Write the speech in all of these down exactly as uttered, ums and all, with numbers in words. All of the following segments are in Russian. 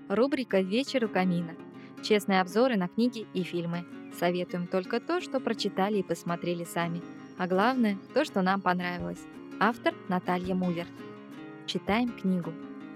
Рубрика «Вечер у камина». Честные обзоры на книги и фильмы. Советуем только то, что прочитали и посмотрели сами. А главное, то, что нам понравилось. Автор Наталья Муллер. Читаем книгу.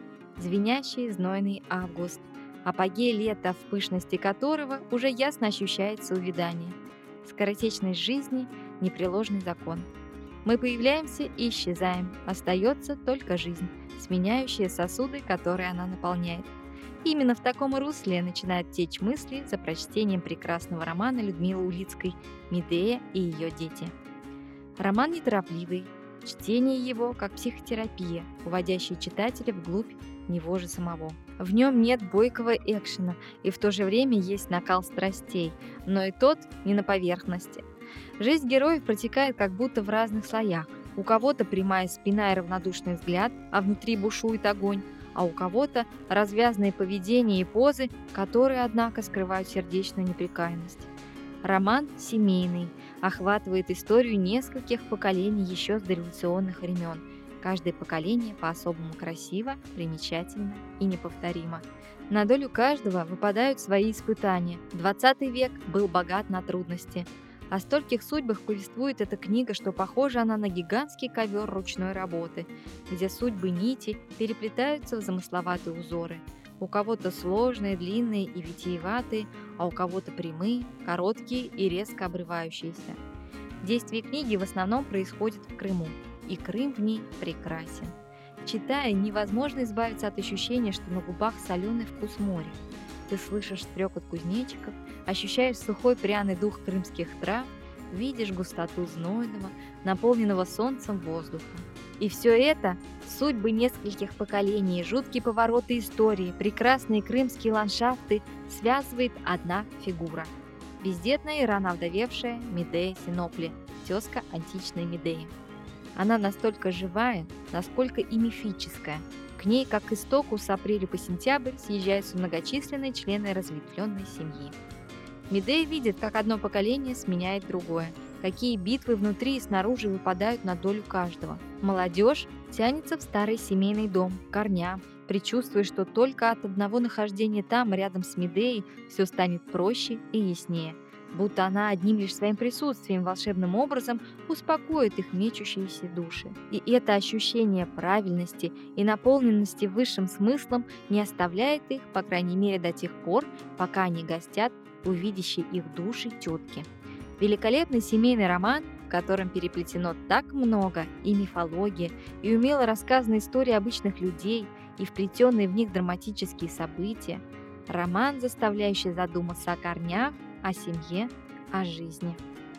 Звенящий знойный август. Апогей лета, в пышности которого уже ясно ощущается увядание. Скоротечность жизни – непреложный закон. Мы появляемся и исчезаем. Остается только жизнь, сменяющая сосуды, которые она наполняет. Именно в таком русле начинают течь мысли за прочтением прекрасного романа Людмилы Улицкой «Медея и ее дети». Роман неторопливый, чтение его как психотерапия, уводящая читателя вглубь него же самого. В нем нет бойкого экшена, и в то же время есть накал страстей, но и тот не на поверхности. Жизнь героев протекает как будто в разных слоях. У кого-то прямая спина и равнодушный взгляд, а внутри бушует огонь, а у кого-то развязные поведения и позы, которые, однако, скрывают сердечную непрекаянность. Роман семейный, охватывает историю нескольких поколений еще с дореволюционных времен. Каждое поколение по-особому красиво, примечательно и неповторимо. На долю каждого выпадают свои испытания. двадцатый век был богат на трудности. О стольких судьбах повествует эта книга, что похожа она на гигантский ковер ручной работы, где судьбы нити переплетаются в замысловатые узоры. У кого-то сложные, длинные и витиеватые, а у кого-то прямые, короткие и резко обрывающиеся. Действие книги в основном происходит в Крыму, и Крым в ней прекрасен. Читая, невозможно избавиться от ощущения, что на губах соленый вкус моря. Ты слышишь стрекот кузнечиков, ощущаешь сухой пряный дух крымских трав, видишь густоту знойного, наполненного солнцем воздуха. И все это – судьбы нескольких поколений, жуткие повороты истории, прекрасные крымские ландшафты связывает одна фигура. Бездетная и рано овдовевшая Медея Синопли, тезка античной Медеи. Она настолько живая, насколько и мифическая. К ней, как к истоку, с апреля по сентябрь съезжаются многочисленные члены разветвленной семьи. Медея видит, как одно поколение сменяет другое, какие битвы внутри и снаружи выпадают на долю каждого. Молодежь тянется в старый семейный дом, к корням, предчувствуя, что только от одного нахождения там, рядом с Медеей, все станет проще и яснее, будто она одним лишь своим присутствием волшебным образом успокоит их мечущиеся души. И это ощущение правильности и наполненности высшим смыслом не оставляет их, по крайней мере до тех пор, пока они гостят у видящей их души тетки. Великолепный семейный роман, в котором переплетено так много и мифология, и умело рассказана история обычных людей, и вплетенные в них драматические события. Роман, заставляющий задуматься о корнях, о семье, о жизни.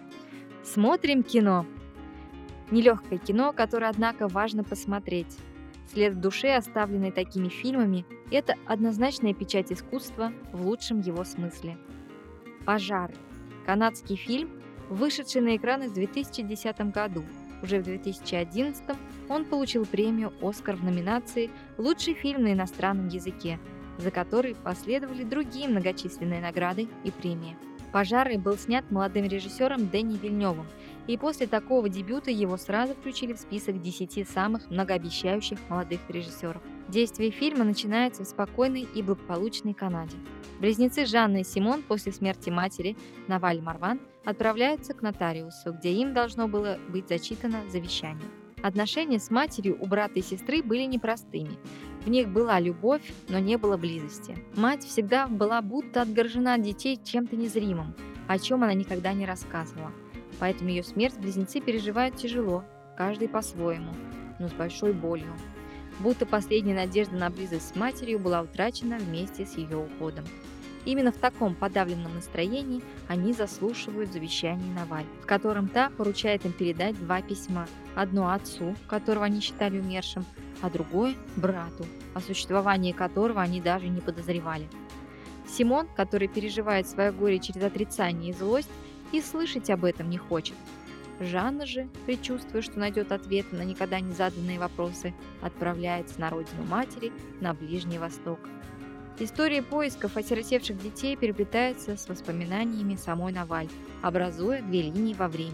Смотрим кино. Нелегкое кино, которое, однако, важно посмотреть. След в душе, оставленный такими фильмами, это однозначная печать искусства в лучшем его смысле. «Пожары». Канадский фильм, вышедший на экраны в две тысячи десятом году. Уже в две тысячи одиннадцатом он получил премию «Оскар» в номинации «Лучший фильм на иностранном языке», за который последовали другие многочисленные награды и премии. «Пожары» был снят молодым режиссером Дэнни Вильнёвым, и после такого дебюта его сразу включили в список десяти самых многообещающих молодых режиссеров. Действие фильма начинается в спокойной и благополучной Канаде. Близнецы Жанна и Симон после смерти матери, Наваль Марван, отправляются к нотариусу, где им должно было быть зачитано завещание. Отношения с матерью у брата и сестры были непростыми. В них была любовь, но не было близости. Мать всегда была будто отгорожена от детей чем-то незримым, о чем она никогда не рассказывала. Поэтому ее смерть близнецы переживают тяжело, каждый по-своему, но с большой болью. Будто последняя надежда на близость с матерью была утрачена вместе с ее уходом. Именно в таком подавленном настроении они заслушивают завещание Наваль, в котором та поручает им передать два письма. Одно отцу, которого они считали умершим, а другое – брату, о существовании которого они даже не подозревали. Симон, который переживает свое горе через отрицание и злость, и слышать об этом не хочет. Жанна же, предчувствуя, что найдет ответы на никогда не заданные вопросы, отправляется на родину матери, на Ближний Восток. История поисков осиротевших детей переплетается с воспоминаниями самой Наваль, образуя две линии во времени,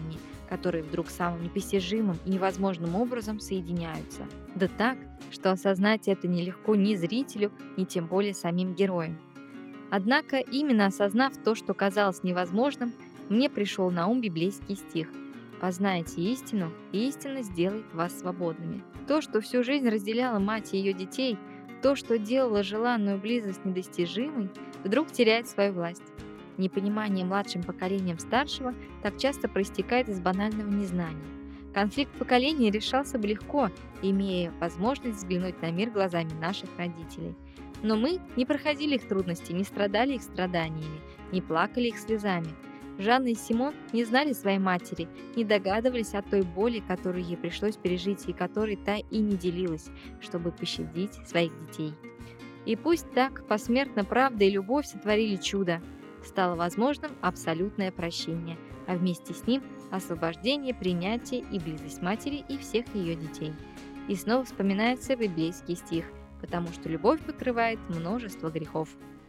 которые вдруг самым непостижимым и невозможным образом соединяются. Да так, что осознать это нелегко ни зрителю, ни тем более самим героям. Однако, именно осознав то, что казалось невозможным, мне пришел на ум библейский стих: «Познайте истину, и истина сделает вас свободными». То, что всю жизнь разделяла мать и ее детей, то, что делало желанную близость недостижимой, вдруг теряет свою власть. Непонимание младшим поколением старшего так часто проистекает из банального незнания. Конфликт поколений решался бы легко, имея возможность взглянуть на мир глазами наших родителей. Но мы не проходили их трудности, не страдали их страданиями, не плакали их слезами. Жанна и Симон не знали своей матери, не догадывались о той боли, которую ей пришлось пережить и которой та и не делилась, чтобы пощадить своих детей. И пусть так посмертно правда и любовь сотворили чудо, стало возможным абсолютное прощение, а вместе с ним освобождение, принятие и близость матери и всех ее детей. И снова вспоминается библейский стих: «Потому что любовь покрывает множество грехов».